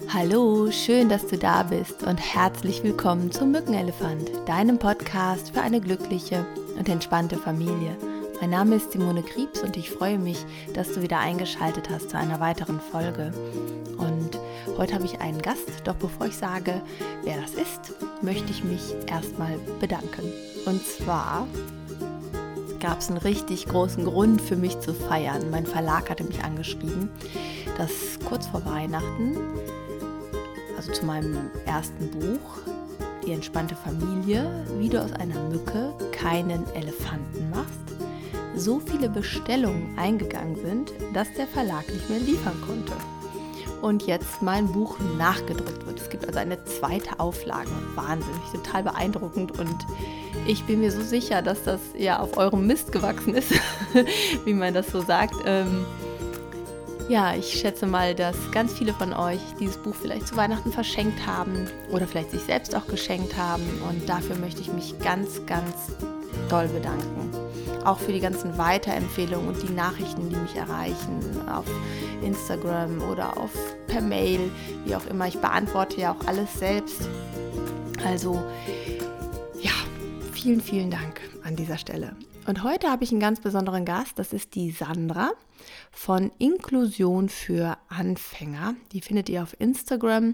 Hallo, schön, dass du da bist und herzlich willkommen zum Mückenelefant, deinem Podcast für eine glückliche und entspannte Familie. Mein Name ist Simone Kriebs und ich freue mich, dass du wieder eingeschaltet hast zu einer weiteren Folge. Und heute habe ich einen Gast, doch bevor ich sage, wer das ist, möchte ich mich erstmal bedanken. Und zwar gab es einen richtig großen Grund für mich zu feiern. Mein Verlag hatte mich angeschrieben, dass kurz vor Weihnachten, also zu meinem ersten Buch, Die entspannte Familie, wie du aus einer Mücke keinen Elefanten machst, so viele Bestellungen eingegangen sind, dass der Verlag nicht mehr liefern konnte. Und jetzt mein Buch nachgedruckt wird. Es gibt also eine zweite Auflage. Wahnsinnig, total beeindruckend. Und ich bin mir so sicher, dass das ja auf eurem Mist gewachsen ist, wie man das so sagt. Ja, ich schätze mal, dass ganz viele von euch dieses Buch vielleicht zu Weihnachten verschenkt haben oder vielleicht sich selbst auch geschenkt haben. Und dafür möchte ich mich ganz, ganz doll bedanken. Auch für die ganzen Weiterempfehlungen und die Nachrichten, die mich erreichen auf Instagram oder per Mail, wie auch immer. Ich beantworte ja auch alles selbst. Also ja, vielen, vielen Dank an dieser Stelle. Und heute habe ich einen ganz besonderen Gast, das ist die Sandra von Inklusion für Anfänger. Die findet ihr auf Instagram.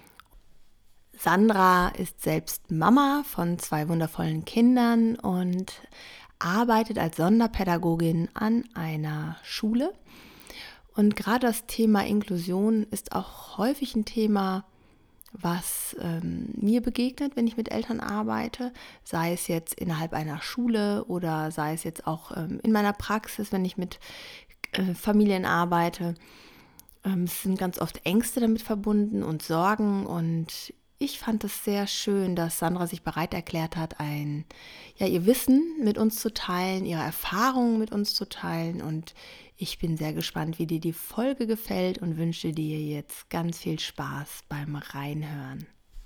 Sandra ist selbst Mama von 2 wundervollen Kindern und arbeitet als Sonderpädagogin an einer Schule. Und gerade das Thema Inklusion ist auch häufig ein Thema, was mir begegnet, wenn ich mit Eltern arbeite, sei es jetzt innerhalb einer Schule oder sei es jetzt auch in meiner Praxis, wenn ich mit Familien arbeite. Es sind ganz oft Ängste damit verbunden und Sorgen, und ich fand es sehr schön, dass Sandra sich bereit erklärt hat, ihr Wissen mit uns zu teilen, ihre Erfahrungen mit uns zu teilen, und ich bin sehr gespannt, wie dir die Folge gefällt und wünsche dir jetzt ganz viel Spaß beim Reinhören.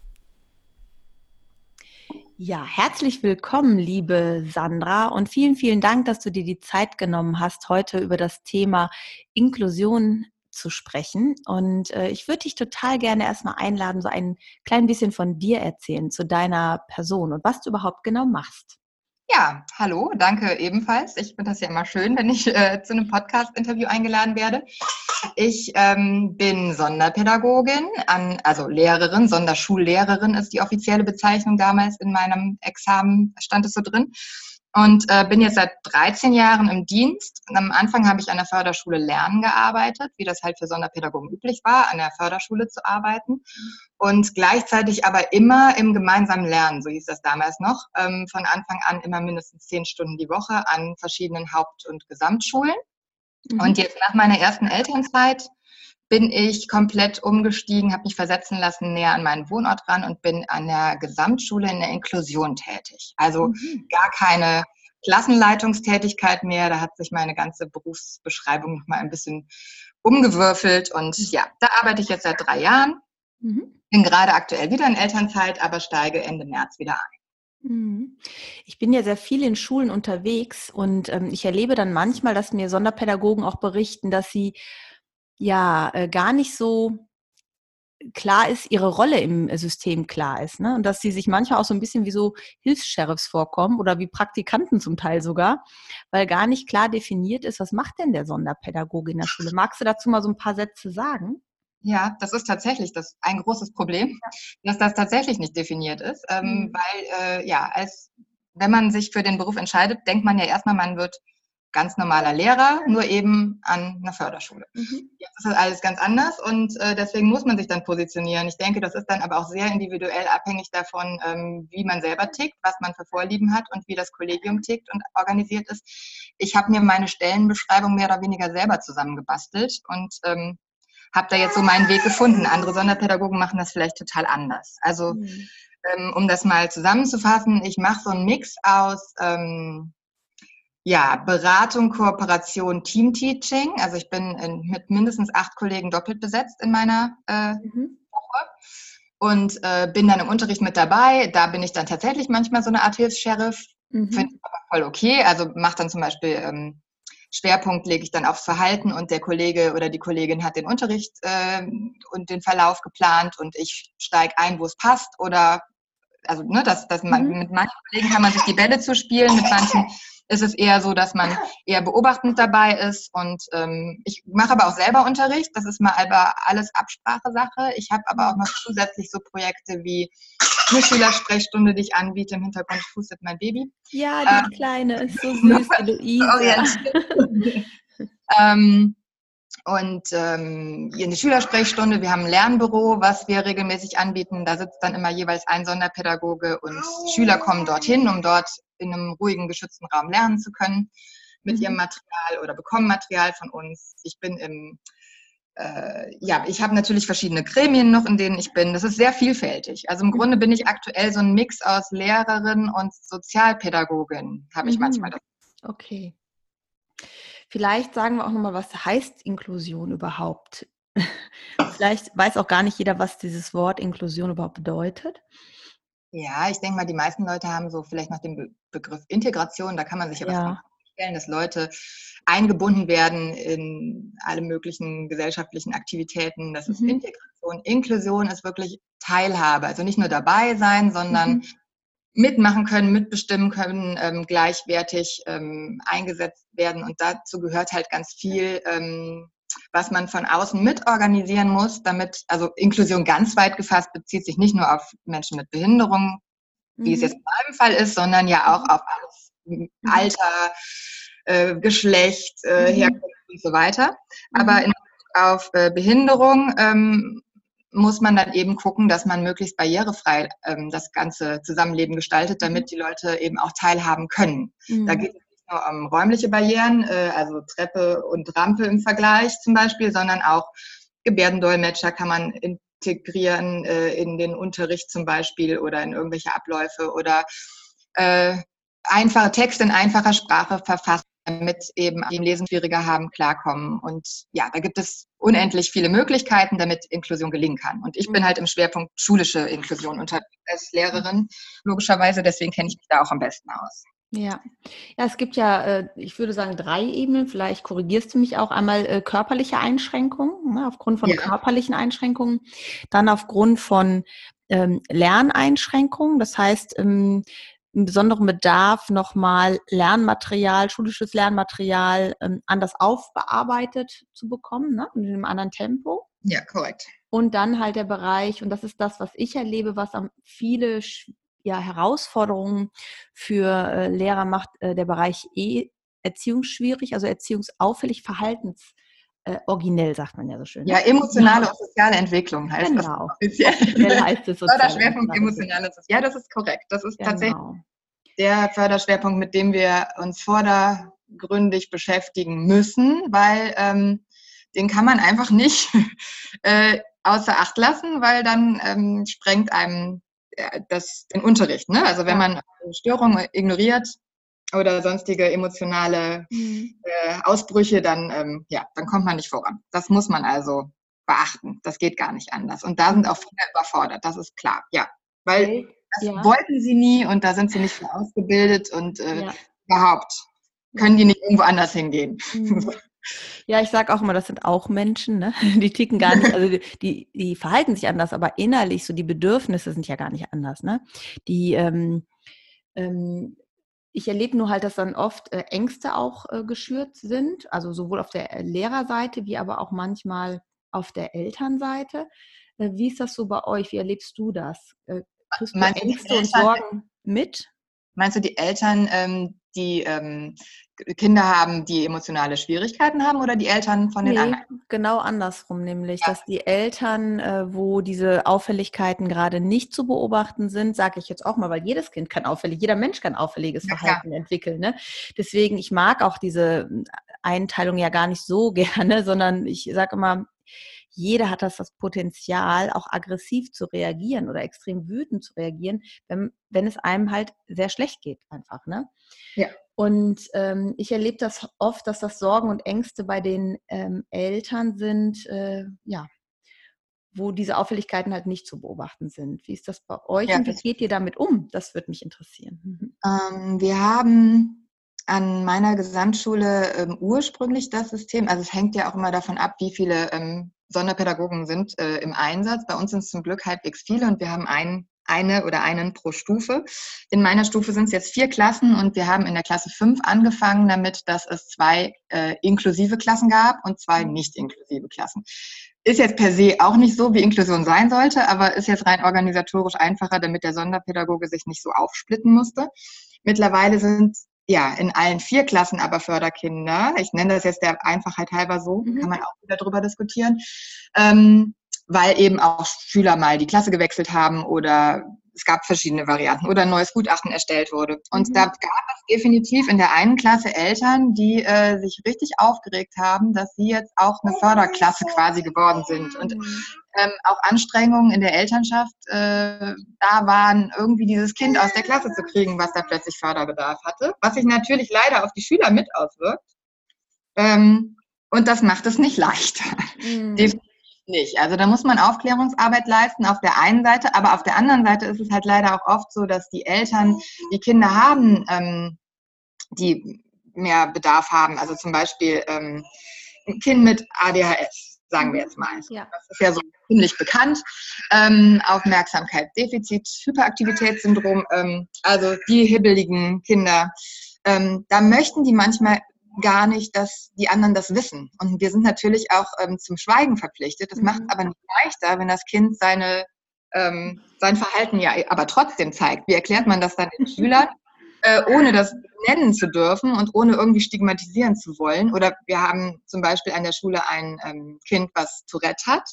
Ja, herzlich willkommen, liebe Sandra, und vielen, vielen Dank, dass du dir die Zeit genommen hast, heute über das Thema Inklusion zu sprechen. Und ich würde dich total gerne erstmal einladen, so ein klein bisschen von dir erzählen, zu deiner Person und was du überhaupt genau machst. Ja, hallo, danke ebenfalls. Ich finde das ja immer schön, wenn ich zu einem Podcast-Interview eingeladen werde. Ich bin Sonderpädagogin, also Lehrerin, Sonderschullehrerin ist die offizielle Bezeichnung damals in meinem Examen, stand es so drin. Und bin jetzt seit 13 Jahren im Dienst. Und am Anfang habe ich an der Förderschule Lernen gearbeitet, wie das halt für Sonderpädagogen üblich war, an der Förderschule zu arbeiten. Und gleichzeitig aber immer im gemeinsamen Lernen, so hieß das damals noch, von Anfang an immer mindestens 10 Stunden die Woche an verschiedenen Haupt- und Gesamtschulen. Und jetzt nach meiner ersten Elternzeit bin ich komplett umgestiegen, habe mich versetzen lassen, näher an meinen Wohnort ran und bin an der Gesamtschule in der Inklusion tätig. Also gar keine Klassenleitungstätigkeit mehr. Da hat sich meine ganze Berufsbeschreibung noch mal ein bisschen umgewürfelt. Und ja, da arbeite ich jetzt seit 3 Jahren. Bin gerade aktuell wieder in Elternzeit, aber steige Ende März wieder ein. Ich bin ja sehr viel in Schulen unterwegs und ich erlebe dann manchmal, dass mir Sonderpädagogen auch berichten, dass sie gar nicht so klar ist, ihre Rolle im System klar ist, ne? Und dass sie sich manchmal auch so ein bisschen wie so Hilfs-Sheriffs vorkommen oder wie Praktikanten zum Teil sogar, weil gar nicht klar definiert ist, was macht denn der Sonderpädagoge in der Schule? Magst du dazu mal so ein paar Sätze sagen? Ja, das ist tatsächlich ein großes Problem, dass das tatsächlich nicht definiert ist, weil wenn man sich für den Beruf entscheidet, denkt man ja erstmal, man wird ganz normaler Lehrer, nur eben an einer Förderschule. Jetzt ist das alles ganz anders und deswegen muss man sich dann positionieren. Ich denke, das ist dann aber auch sehr individuell abhängig davon, wie man selber tickt, was man für Vorlieben hat und wie das Kollegium tickt und organisiert ist. Ich habe mir meine Stellenbeschreibung mehr oder weniger selber zusammengebastelt und habe da jetzt so meinen Weg gefunden. Andere Sonderpädagogen machen das vielleicht total anders. Also um das mal zusammenzufassen, ich mache so einen Mix aus Beratung, Kooperation, Teamteaching. Also ich bin mit mindestens 8 Kollegen doppelt besetzt in meiner Woche und bin dann im Unterricht mit dabei. Da bin ich dann tatsächlich manchmal so eine Art Hilfs-Sheriff. Finde ich aber voll okay. Also mache dann zum Beispiel Schwerpunkt lege ich dann aufs Verhalten und der Kollege oder die Kollegin hat den Unterricht und den Verlauf geplant und ich steige ein, wo es passt oder also ne, mit manchen Kollegen kann man sich die Bälle zuspielen, mit manchen ist es eher so, dass man eher beobachtend dabei ist und ich mache aber auch selber Unterricht, das ist mal aber alles Absprachesache. Ich habe aber auch noch zusätzlich so Projekte wie eine Schülersprechstunde, die ich anbiete. Im Hintergrund pustet mein Baby. Ja, die Kleine ist so süß, die Luisa. Eine Schülersprechstunde, wir haben ein Lernbüro, was wir regelmäßig anbieten. Da sitzt dann immer jeweils ein Sonderpädagoge und Schüler kommen dorthin, um dort in einem ruhigen, geschützten Raum lernen zu können mit ihrem Material oder bekommen Material von uns. Ich bin ich habe natürlich verschiedene Gremien noch, in denen ich bin. Das ist sehr vielfältig. Also im Grunde bin ich aktuell so ein Mix aus Lehrerin und Sozialpädagogin, habe ich manchmal das. Okay. Vielleicht sagen wir auch nochmal, was heißt Inklusion überhaupt? Vielleicht weiß auch gar nicht jeder, was dieses Wort Inklusion überhaupt bedeutet. Ja, ich denke mal, die meisten Leute haben so vielleicht nach dem Begriff Integration, da kann man sich ja was von vorstellen, dass Leute eingebunden werden in alle möglichen gesellschaftlichen Aktivitäten. Das ist Integration. Inklusion ist wirklich Teilhabe, also nicht nur dabei sein, sondern mitmachen können, mitbestimmen können, gleichwertig eingesetzt werden. Und dazu gehört halt ganz viel, was man von außen mitorganisieren muss, damit, also Inklusion ganz weit gefasst, bezieht sich nicht nur auf Menschen mit Behinderung, wie es jetzt in meinem Fall ist, sondern ja auch auf alles, Alter, Geschlecht, Herkunft und so weiter. Aber auf Behinderung muss man dann eben gucken, dass man möglichst barrierefrei das ganze Zusammenleben gestaltet, damit die Leute eben auch teilhaben können. Da geht es nicht nur um räumliche Barrieren, also Treppe und Rampe im Vergleich zum Beispiel, sondern auch Gebärdendolmetscher kann man integrieren in den Unterricht zum Beispiel oder in irgendwelche Abläufe oder einfache Texte in einfacher Sprache verfassen, damit eben die Lesen schwieriger haben, klarkommen. Und ja, da gibt es unendlich viele Möglichkeiten, damit Inklusion gelingen kann. Und ich bin halt im Schwerpunkt schulische Inklusion unterwegs als Lehrerin, logischerweise. Deswegen kenne ich mich da auch am besten aus. Ja, es gibt ja, ich würde sagen, 3 Ebenen. Vielleicht korrigierst du mich auch. Einmal körperliche Einschränkungen, ne, aufgrund von körperlichen Einschränkungen. Dann aufgrund von Lerneinschränkungen. Das heißt, einen besonderen Bedarf, nochmal Lernmaterial, schulisches Lernmaterial anders aufbearbeitet zu bekommen, ne, in einem anderen Tempo. Ja, korrekt. Und dann halt der Bereich, und das ist das, was ich erlebe, was viele Herausforderungen für Lehrer macht, der Bereich erziehungsschwierig, also erziehungsauffällig, verhaltensoriginell, sagt man ja so schön. Ja, emotionale und soziale Entwicklung heißt das. Genau. Offiziell heißt es Förderschwerpunkt emotionale. Ja, das ist korrekt. Das ist tatsächlich der Förderschwerpunkt, mit dem wir uns vordergründig beschäftigen müssen, weil den kann man einfach nicht außer Acht lassen, weil dann sprengt einem den Unterricht. Ne? Also wenn man Störungen ignoriert oder sonstige emotionale Ausbrüche, dann kommt man nicht voran. Das muss man also beachten. Das geht gar nicht anders. Und da sind auch viele überfordert, das ist klar. Ja, weil das wollten sie nie und da sind sie nicht für ausgebildet und überhaupt können die nicht irgendwo anders hingehen. Ja, ich sage auch immer, das sind auch Menschen, ne? Die ticken gar nicht, also die verhalten sich anders, aber innerlich, so die Bedürfnisse sind ja gar nicht anders, ne? Ich erlebe nur halt, dass dann oft Ängste auch geschürt sind, also sowohl auf der Lehrerseite wie aber auch manchmal auf der Elternseite. Wie ist das so bei euch? Wie erlebst du das? Kriegst du Ängste und Sorgen mit? Meinst du die Eltern, die Kinder haben, die emotionale Schwierigkeiten haben oder die Eltern von den anderen? Genau andersrum nämlich, dass die Eltern, wo diese Auffälligkeiten gerade nicht zu beobachten sind, sage ich jetzt auch mal, weil jedes Kind kann jeder Mensch kann auffälliges Verhalten entwickeln. Ne? Deswegen, ich mag auch diese Einteilung ja gar nicht so gerne, sondern ich sage immer, jeder hat das Potenzial, auch aggressiv zu reagieren oder extrem wütend zu reagieren, wenn es einem halt sehr schlecht geht einfach. Ne? Ja. Und ich erlebe das oft, dass das Sorgen und Ängste bei den Eltern sind, wo diese Auffälligkeiten halt nicht zu beobachten sind. Wie ist das bei euch und wie geht ihr damit um? Das würde mich interessieren. Wir haben an meiner Gesamtschule ursprünglich das System, also es hängt ja auch immer davon ab, wie viele Sonderpädagogen sind im Einsatz. Bei uns sind es zum Glück halbwegs viele und wir haben eine oder einen pro Stufe. In meiner Stufe sind es jetzt 4 Klassen und wir haben in der Klasse 5 angefangen damit, dass es 2 inklusive Klassen gab und 2 nicht inklusive Klassen. Ist jetzt per se auch nicht so, wie Inklusion sein sollte, aber ist jetzt rein organisatorisch einfacher, damit der Sonderpädagoge sich nicht so aufsplitten musste. Mittlerweile sind ja in allen 4 Klassen aber Förderkinder. Ich nenne das jetzt der Einfachheit halber so, kann man auch wieder drüber diskutieren, weil eben auch Schüler mal die Klasse gewechselt haben oder es gab verschiedene Varianten oder ein neues Gutachten erstellt wurde. Und da gab es definitiv in der einen Klasse Eltern, die sich richtig aufgeregt haben, dass sie jetzt auch eine Förderklasse quasi geworden sind. Und auch Anstrengungen in der Elternschaft da waren, irgendwie dieses Kind aus der Klasse zu kriegen, was da plötzlich Förderbedarf hatte, was sich natürlich leider auf die Schüler mit auswirkt. Und das macht es nicht leichter. Definitiv nicht. Also da muss man Aufklärungsarbeit leisten auf der einen Seite, aber auf der anderen Seite ist es halt leider auch oft so, dass die Eltern, die Kinder haben, die mehr Bedarf haben, also zum Beispiel ein Kind mit ADHS, sagen wir jetzt mal. Ja. Das ist ja so ziemlich bekannt. Aufmerksamkeitsdefizit, Hyperaktivitätssyndrom, also die hibbeligen Kinder. Da möchten die manchmal gar nicht, dass die anderen das wissen. Und wir sind natürlich auch zum Schweigen verpflichtet. Das macht es aber nicht leichter, wenn das Kind sein Verhalten ja aber trotzdem zeigt. Wie erklärt man das dann den Schülern, ohne das nennen zu dürfen und ohne irgendwie stigmatisieren zu wollen? Oder wir haben zum Beispiel an der Schule ein Kind, was Tourette hat.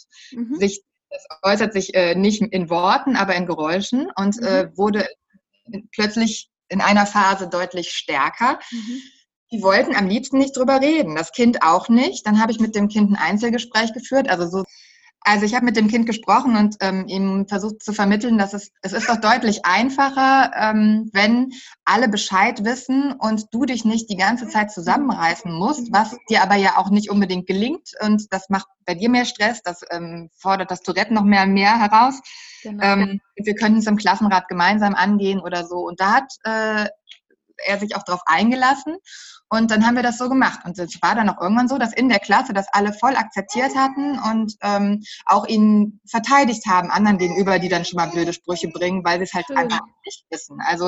Das äußert sich nicht in Worten, aber in Geräuschen und wurde plötzlich in einer Phase deutlich stärker. Die wollten am liebsten nicht drüber reden, das Kind auch nicht. Dann habe ich mit dem Kind ein Einzelgespräch geführt. Also ich habe mit dem Kind gesprochen und ihm versucht zu vermitteln, dass es ist doch deutlich einfacher, wenn alle Bescheid wissen und du dich nicht die ganze Zeit zusammenreißen musst, was dir aber ja auch nicht unbedingt gelingt. Und das macht bei dir mehr Stress, das fordert das Tourette noch mehr und mehr heraus. Genau. Wir können es im Klassenrat gemeinsam angehen oder so. Und da hat er sich auch darauf eingelassen und dann haben wir das so gemacht und es war dann auch irgendwann so, dass in der Klasse das alle voll akzeptiert hatten und auch ihn verteidigt haben anderen gegenüber, die dann schon mal blöde Sprüche bringen, weil sie es halt einfach nicht wissen. Also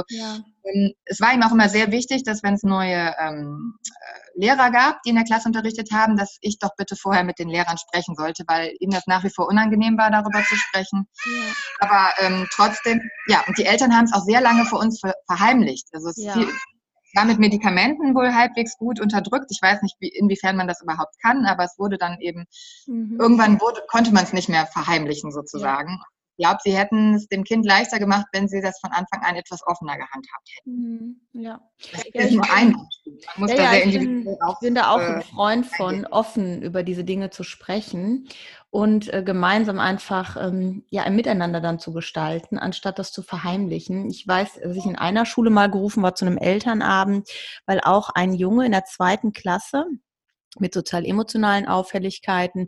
es war ihm auch immer sehr wichtig, dass wenn es neue Lehrer gab, die in der Klasse unterrichtet haben, dass ich doch bitte vorher mit den Lehrern sprechen sollte, weil ihm das nach wie vor unangenehm war, darüber zu sprechen. Aber trotzdem, und die Eltern haben es auch sehr lange vor uns verheimlicht. Also es war mit Medikamenten wohl halbwegs gut unterdrückt. Ich weiß nicht, inwiefern man das überhaupt kann, aber es wurde dann eben, irgendwann konnte man es nicht mehr verheimlichen sozusagen. Ich glaube, sie hätten es dem Kind leichter gemacht, wenn sie das von Anfang an etwas offener gehandhabt hätten. Das ist nur ein Beispiel. Man muss da sehr individuell ich bin da auch ein Freund von, offen über diese Dinge zu sprechen und gemeinsam einfach ein Miteinander dann zu gestalten, anstatt das zu verheimlichen. Ich weiß, dass ich in einer Schule mal gerufen war zu einem Elternabend, weil auch ein Junge in der 2. Klasse mit sozial-emotionalen Auffälligkeiten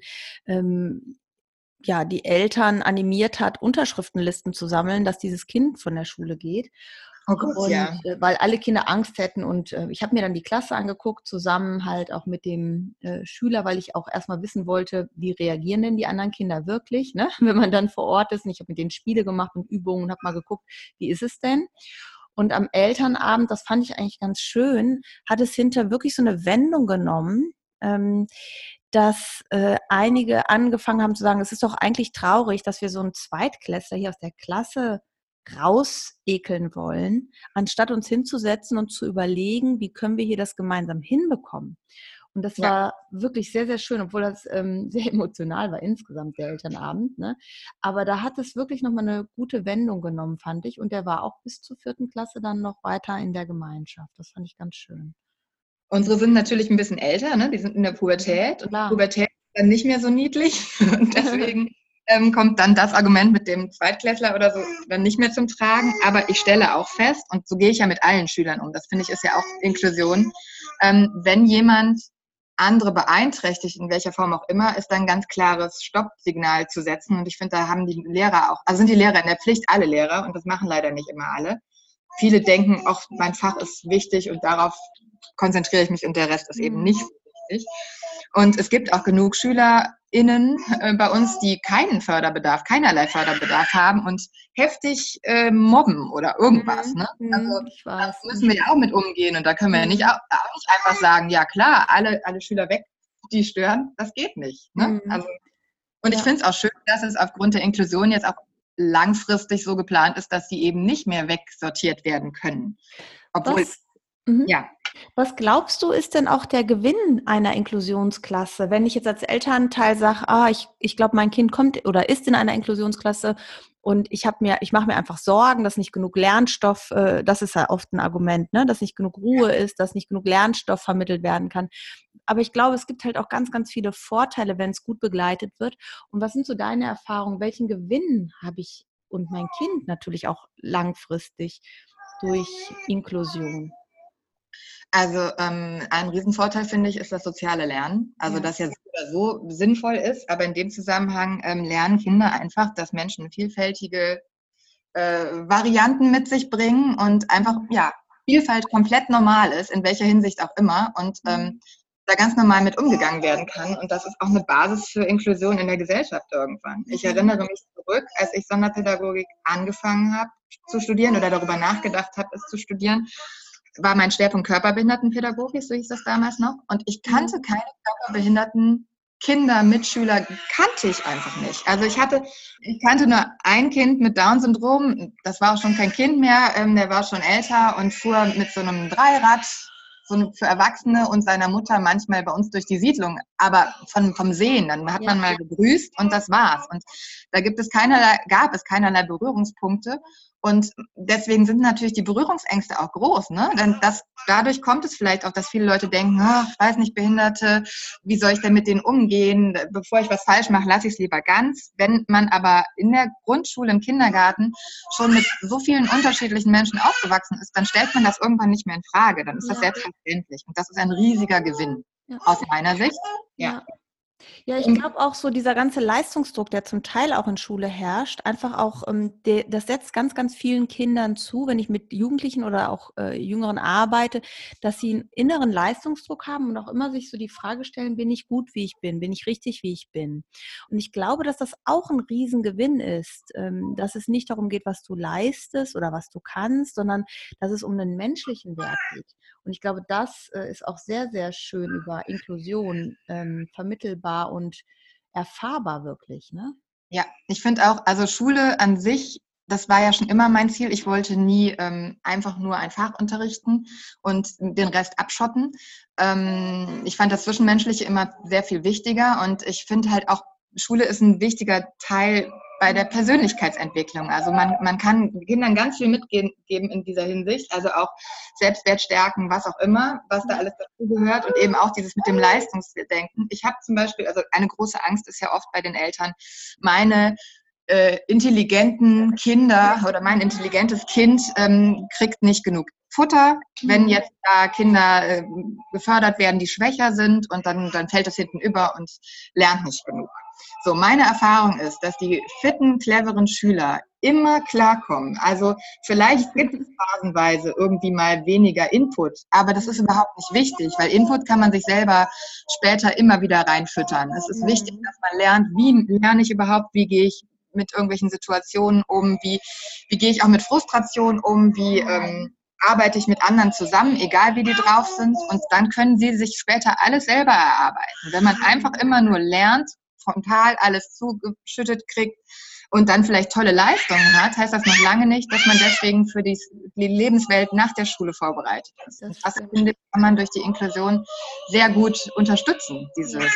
die Eltern animiert hat, Unterschriftenlisten zu sammeln, dass dieses Kind von der Schule geht. Oh Gott, weil alle Kinder Angst hätten und ich habe mir dann die Klasse angeguckt, zusammen halt auch mit dem Schüler, weil ich auch erstmal wissen wollte, wie reagieren denn die anderen Kinder wirklich, ne? Wenn man dann vor Ort ist. Und ich habe mit denen Spiele gemacht und Übungen und habe mal geguckt, wie ist es denn? Und am Elternabend, das fand ich eigentlich ganz schön, hat es hinter wirklich so eine Wendung genommen, dass einige angefangen haben zu sagen, es ist doch eigentlich traurig, dass wir so einen Zweitklässler hier aus der Klasse rausekeln wollen, anstatt uns hinzusetzen und zu überlegen, wie können wir hier das gemeinsam hinbekommen. Und das war wirklich sehr, sehr schön, obwohl das sehr emotional war insgesamt, der Elternabend. Ne? Aber da hat es wirklich nochmal eine gute Wendung genommen, fand ich. Und der war auch bis zur 4. Klasse dann noch weiter in der Gemeinschaft. Das fand ich ganz schön. Unsere sind natürlich ein bisschen älter, ne? Die sind in der Pubertät. Und Pubertät ist dann nicht mehr so niedlich. Und deswegen kommt dann das Argument mit dem Zweitklässler oder so dann nicht mehr zum Tragen. Aber ich stelle auch fest, und so gehe ich ja mit allen Schülern um, das finde ich ist ja auch Inklusion, wenn jemand andere beeinträchtigt, in welcher Form auch immer, ist dann ein ganz klares Stoppsignal zu setzen. Und ich finde, da haben die Lehrer auch, also sind die Lehrer in der Pflicht, alle Lehrer, und das machen leider nicht immer alle, viele denken, auch mein Fach ist wichtig und darauf konzentriere ich mich und der Rest ist eben nicht so wichtig. Und es gibt auch genug SchülerInnen bei uns, die keinerlei Förderbedarf haben und heftig mobben oder irgendwas. Ne? Also Ich weiß. da müssen wir ja auch mit umgehen und da können wir nicht einfach sagen, ja klar, alle Schüler weg, die stören, das geht nicht. Ne? Also, und ich finde es auch schön, dass es aufgrund der Inklusion jetzt auch langfristig so geplant ist, dass sie eben nicht mehr wegsortiert werden können. Obwohl, ja. Was glaubst du, ist denn auch der Gewinn einer Inklusionsklasse? Wenn ich jetzt als Elternteil sage, ich glaube, mein Kind kommt oder ist in einer Inklusionsklasse und ich mache mir einfach Sorgen, dass nicht genug Lernstoff, das ist ja oft ein Argument, ne, dass nicht genug Ruhe ist, dass nicht genug Lernstoff vermittelt werden kann. Aber ich glaube, es gibt halt auch ganz, ganz viele Vorteile, wenn es gut begleitet wird. Und was sind so deine Erfahrungen? Welchen Gewinn habe ich und mein Kind natürlich auch langfristig durch Inklusion? Also ein Riesenvorteil, finde ich, ist das soziale Lernen. Also das ja so sinnvoll ist, aber in dem Zusammenhang lernen Kinder einfach, dass Menschen vielfältige Varianten mit sich bringen und einfach, Vielfalt komplett normal ist, in welcher Hinsicht auch immer. Und da ganz normal mit umgegangen werden kann. Und das ist auch eine Basis für Inklusion in der Gesellschaft irgendwann. Ich erinnere mich zurück, als ich Sonderpädagogik angefangen habe zu studieren oder darüber nachgedacht habe, es zu studieren, war mein Schwerpunkt Körperbehindertenpädagogik, so hieß das damals noch. Und ich kannte keine körperbehinderten Kinder, Mitschüler, kannte ich einfach nicht. Also ich kannte nur ein Kind mit Down-Syndrom, das war auch schon kein Kind mehr, der war schon älter und fuhr mit so einem Dreirad, für Erwachsene und seiner Mutter manchmal bei uns durch die Siedlung, aber vom Sehen, dann hat man mal gegrüßt und das war's. Und da gab es keinerlei Berührungspunkte. Und deswegen sind natürlich die Berührungsängste auch groß, ne? Denn dadurch kommt es vielleicht auch, dass viele Leute denken, ich weiß nicht, Behinderte, wie soll ich denn mit denen umgehen? Bevor ich was falsch mache, lasse ich es lieber ganz. Wenn man aber in der Grundschule, im Kindergarten schon mit so vielen unterschiedlichen Menschen aufgewachsen ist, dann stellt man das irgendwann nicht mehr in Frage. Dann ist das selbstverständlich. Und das ist ein riesiger Gewinn aus meiner Sicht. Ja, ich glaube auch so dieser ganze Leistungsdruck, der zum Teil auch in Schule herrscht, einfach auch, das setzt ganz, ganz vielen Kindern zu, wenn ich mit Jugendlichen oder auch Jüngeren arbeite, dass sie einen inneren Leistungsdruck haben und auch immer sich so die Frage stellen, bin ich gut, wie ich bin? Bin ich richtig, wie ich bin? Und ich glaube, dass das auch ein Riesengewinn ist, dass es nicht darum geht, was du leistest oder was du kannst, sondern dass es um einen menschlichen Wert geht. Und ich glaube, das ist auch sehr, sehr schön über Inklusion vermittelbar und erfahrbar wirklich, ne? Ja, ich finde auch, also Schule an sich, das war ja schon immer mein Ziel. Ich wollte nie einfach nur ein Fach unterrichten und den Rest abschotten. Ich fand das Zwischenmenschliche immer sehr viel wichtiger und ich finde halt auch, Schule ist ein wichtiger Teil bei der Persönlichkeitsentwicklung. Also man kann Kindern ganz viel mitgeben in dieser Hinsicht, also auch Selbstwert stärken, was auch immer, was da alles dazu gehört und eben auch dieses mit dem Leistungsdenken. Ich habe zum Beispiel, also eine große Angst ist ja oft bei den Eltern, meine intelligenten Kinder oder mein intelligentes Kind kriegt nicht genug Futter, wenn jetzt da Kinder gefördert werden, die schwächer sind und dann fällt das hinten über und lernt nicht genug. So, meine Erfahrung ist, dass die fitten, cleveren Schüler immer klarkommen. Also vielleicht gibt es phasenweise irgendwie mal weniger Input, aber das ist überhaupt nicht wichtig, weil Input kann man sich selber später immer wieder reinfüttern. Es ist wichtig, dass man lernt, wie lerne ich überhaupt, wie gehe ich mit irgendwelchen Situationen um, wie gehe ich auch mit Frustration um, wie arbeite ich mit anderen zusammen, egal wie die drauf sind, und dann können sie sich später alles selber erarbeiten. Wenn man einfach immer nur lernt, frontal alles zugeschüttet kriegt und dann vielleicht tolle Leistungen hat, heißt das noch lange nicht, dass man deswegen für die Lebenswelt nach der Schule vorbereitet ist. Und das, finde ich, kann man durch die Inklusion sehr gut unterstützen,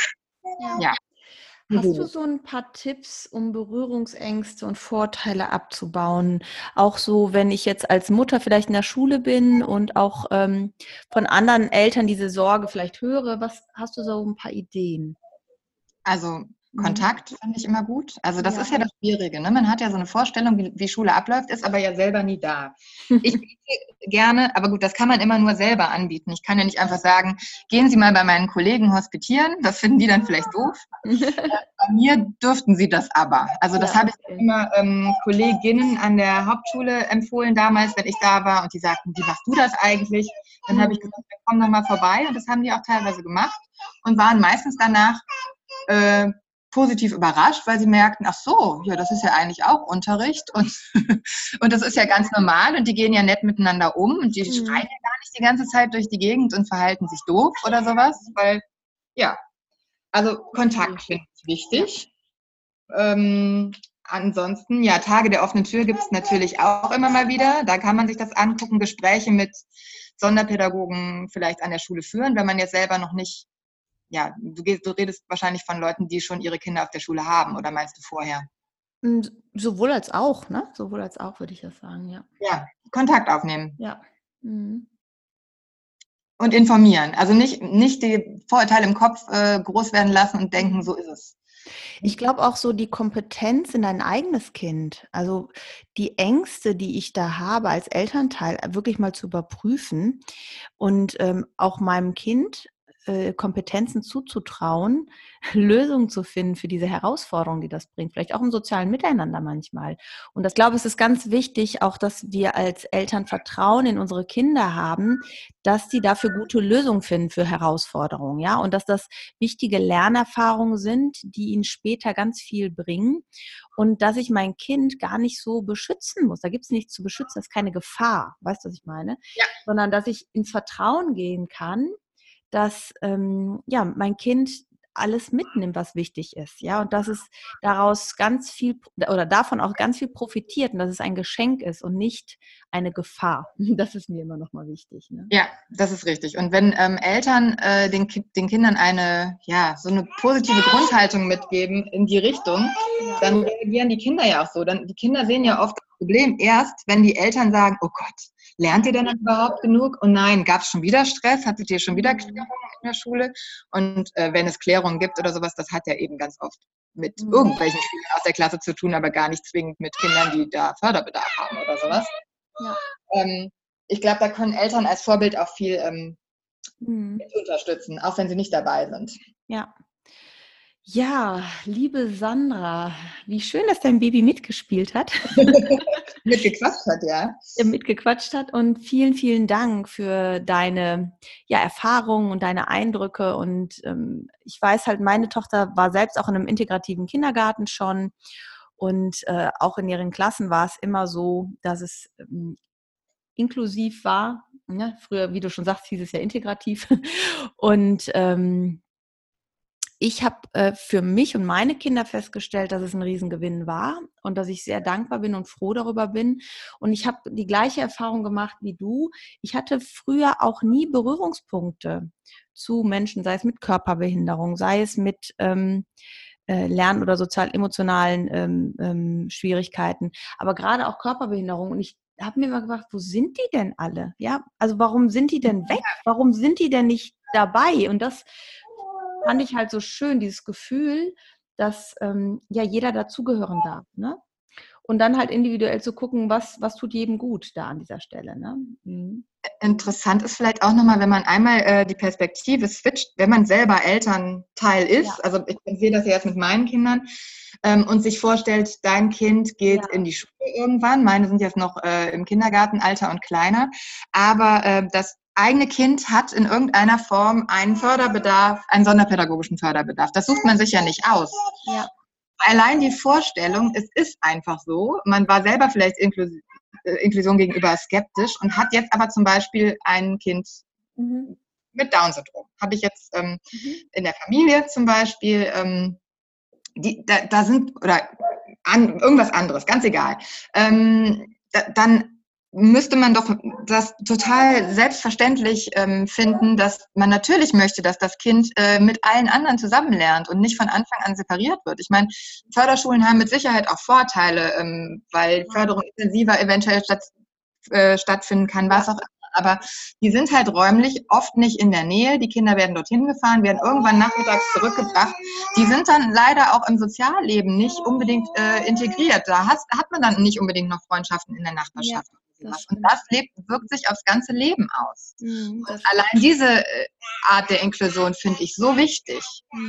Hast du so ein paar Tipps, um Berührungsängste und Vorteile abzubauen? Auch so, wenn ich jetzt als Mutter vielleicht in der Schule bin und auch von anderen Eltern diese Sorge vielleicht höre. Was hast du so ein paar Ideen? Also Kontakt finde ich immer gut. Also das Ja. ist ja das Schwierige, ne? Man hat ja so eine Vorstellung, wie Schule abläuft, ist aber ja selber nie da. Ich biete gerne, aber gut, das kann man immer nur selber anbieten. Ich kann ja nicht einfach sagen, gehen Sie mal bei meinen Kollegen hospitieren. Das finden die dann vielleicht doof. Bei mir dürften sie das aber. Also das habe ich immer Kolleginnen an der Hauptschule empfohlen damals, wenn ich da war und die sagten, wie machst du das eigentlich? Dann habe ich gesagt, ja, komm noch mal vorbei und das haben die auch teilweise gemacht und waren meistens danach positiv überrascht, weil sie merkten, ach so, ja, das ist ja eigentlich auch Unterricht und, und das ist ja ganz normal und die gehen ja nett miteinander um und die schreien ja gar nicht die ganze Zeit durch die Gegend und verhalten sich doof oder sowas, weil, ja, also Kontakt finde ich wichtig. Ansonsten, ja, Tage der offenen Tür gibt es natürlich auch immer mal wieder. Da kann man sich das angucken, Gespräche mit Sonderpädagogen vielleicht an der Schule führen, wenn man jetzt selber noch nicht, ja, du redest wahrscheinlich von Leuten, die schon ihre Kinder auf der Schule haben, oder meinst du vorher? Sowohl als auch, ne? Sowohl als auch, würde ich das sagen, ja. Ja, Kontakt aufnehmen. Ja. Mhm. Und informieren. Also nicht die Vorurteile im Kopf groß werden lassen und denken, so ist es. Ich glaube auch so die Kompetenz in dein eigenes Kind, also die Ängste, die ich da habe als Elternteil, wirklich mal zu überprüfen und auch meinem Kind Kompetenzen zuzutrauen, Lösungen zu finden für diese Herausforderungen, die das bringt, vielleicht auch im sozialen Miteinander manchmal. Und ich glaube, es ist ganz wichtig, auch dass wir als Eltern Vertrauen in unsere Kinder haben, dass die dafür gute Lösungen finden für Herausforderungen, ja, und dass das wichtige Lernerfahrungen sind, die ihnen später ganz viel bringen und dass ich mein Kind gar nicht so beschützen muss. Da gibt es nichts zu beschützen, das ist keine Gefahr, weißt du, was ich meine? Ja. Sondern dass ich ins Vertrauen gehen kann, dass ja, mein Kind alles mitnimmt, was wichtig ist, ja, und dass es daraus ganz viel oder davon auch ganz viel profitiert und dass es ein Geschenk ist und nicht eine Gefahr. Das ist mir immer noch mal wichtig. Ne? Ja, das ist richtig. Und wenn Eltern den Kindern so eine positive Grundhaltung mitgeben in die Richtung, dann reagieren die Kinder ja auch so. Die Kinder sehen ja oft das Problem erst, wenn die Eltern sagen, oh Gott, lernt ihr denn überhaupt genug? Und nein, gab es schon wieder Stress? Hattet ihr schon wieder Klärungen in der Schule? Und wenn es Klärungen gibt oder sowas, das hat ja eben ganz oft mit irgendwelchen Schülern aus der Klasse zu tun, aber gar nicht zwingend mit Kindern, die da Förderbedarf haben oder sowas. Ja. Ich glaube, da können Eltern als Vorbild auch viel unterstützen, auch wenn sie nicht dabei sind. Ja. Ja, liebe Sandra, wie schön, dass dein Baby mitgespielt hat. Mitgequatscht hat, ja. Mitgequatscht hat und vielen, vielen Dank für deine Erfahrungen und deine Eindrücke und ich weiß halt, meine Tochter war selbst auch in einem integrativen Kindergarten schon und auch in ihren Klassen war es immer so, dass es inklusiv war. Ne? Früher, wie du schon sagst, hieß es ja integrativ und ich habe für mich und meine Kinder festgestellt, dass es ein Riesengewinn war und dass ich sehr dankbar bin und froh darüber bin. Und ich habe die gleiche Erfahrung gemacht wie du. Ich hatte früher auch nie Berührungspunkte zu Menschen, sei es mit Körperbehinderung, sei es mit Lern- oder sozial-emotionalen Schwierigkeiten, aber gerade auch Körperbehinderung. Und ich habe mir immer gefragt, wo sind die denn alle? Ja, also warum sind die denn weg? Warum sind die denn nicht dabei? Und das fand ich halt so schön, dieses Gefühl, dass jeder dazugehören darf. Ne? Und dann halt individuell zu gucken, was tut jedem gut da an dieser Stelle. Ne? Mhm. Interessant ist vielleicht auch nochmal, wenn man einmal die Perspektive switcht, wenn man selber Elternteil ist, also ich sehe das ja jetzt mit meinen Kindern, und sich vorstellt, dein Kind geht in die Schule irgendwann, meine sind jetzt noch im Kindergartenalter und kleiner, aber das eigene Kind hat in irgendeiner Form einen Förderbedarf, einen sonderpädagogischen Förderbedarf. Das sucht man sich ja nicht aus. Ja. Allein die Vorstellung, es ist einfach so, man war selber vielleicht Inklusion gegenüber skeptisch und hat jetzt aber zum Beispiel ein Kind mit Down-Syndrom. Habe ich jetzt in der Familie zum Beispiel, da sind, oder irgendwas anderes, ganz egal. Dann müsste man doch das total selbstverständlich finden, dass man natürlich möchte, dass das Kind mit allen anderen zusammenlernt und nicht von Anfang an separiert wird. Ich meine, Förderschulen haben mit Sicherheit auch Vorteile, weil Förderung intensiver eventuell stattfinden kann, was auch immer. Aber die sind halt räumlich oft nicht in der Nähe. Die Kinder werden dorthin gefahren, werden irgendwann nachmittags zurückgebracht. Die sind dann leider auch im Sozialleben nicht unbedingt integriert. Da hat man dann nicht unbedingt noch Freundschaften in der Nachbarschaft. Und das wirkt sich aufs ganze Leben aus. Und allein diese Art der Inklusion finde ich so wichtig.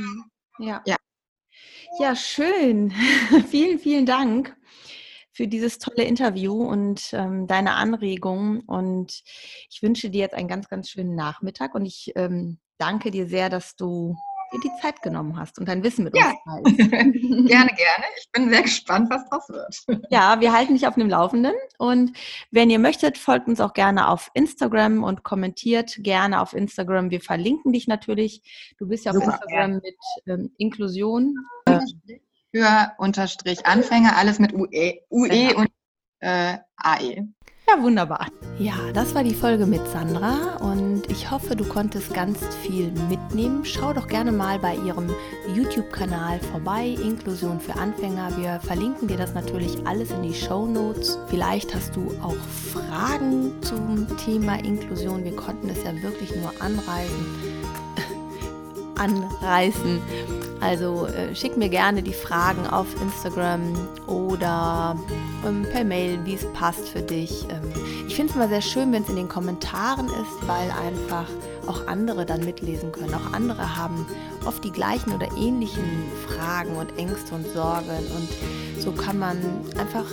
Ja, schön. Vielen, vielen Dank für dieses tolle Interview und deine Anregungen. Und ich wünsche dir jetzt einen ganz, ganz schönen Nachmittag. Und ich danke dir sehr, dass du dir die Zeit genommen hast und dein Wissen mit uns teilst. Gerne. Ich bin sehr gespannt, was draus wird. Ja, wir halten dich auf dem Laufenden. Und wenn ihr möchtet, folgt uns auch gerne auf Instagram und kommentiert gerne auf Instagram. Wir verlinken dich natürlich. Du bist ja auf Instagram mit Inklusion. Für Anfänger, alles mit UE und AE. Ja, wunderbar. Ja, das war die Folge mit Sandra und ich hoffe, du konntest ganz viel mitnehmen. Schau doch gerne mal bei ihrem YouTube-Kanal vorbei, Inklusion für Anfänger. Wir verlinken dir das natürlich alles in die Shownotes. Vielleicht hast du auch Fragen zum Thema Inklusion. Wir konnten es ja wirklich nur anreißen. Also schick mir gerne die Fragen auf Instagram oder per Mail, wie es passt für dich. Ich finde es immer sehr schön, wenn es in den Kommentaren ist, weil einfach auch andere dann mitlesen können. Auch andere haben oft die gleichen oder ähnlichen Fragen und Ängste und Sorgen und so kann man einfach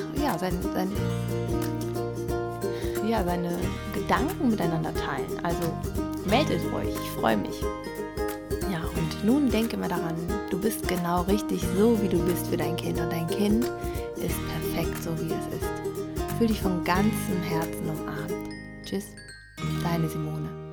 seine Gedanken miteinander teilen. Also meldet euch, ich freue mich. Ja, und nun denke mal daran, du bist genau richtig so, wie du bist für dein Kind. Und dein Kind ist perfekt, so wie es ist. Fühl dich von ganzem Herzen umarmt. Tschüss, deine Simone.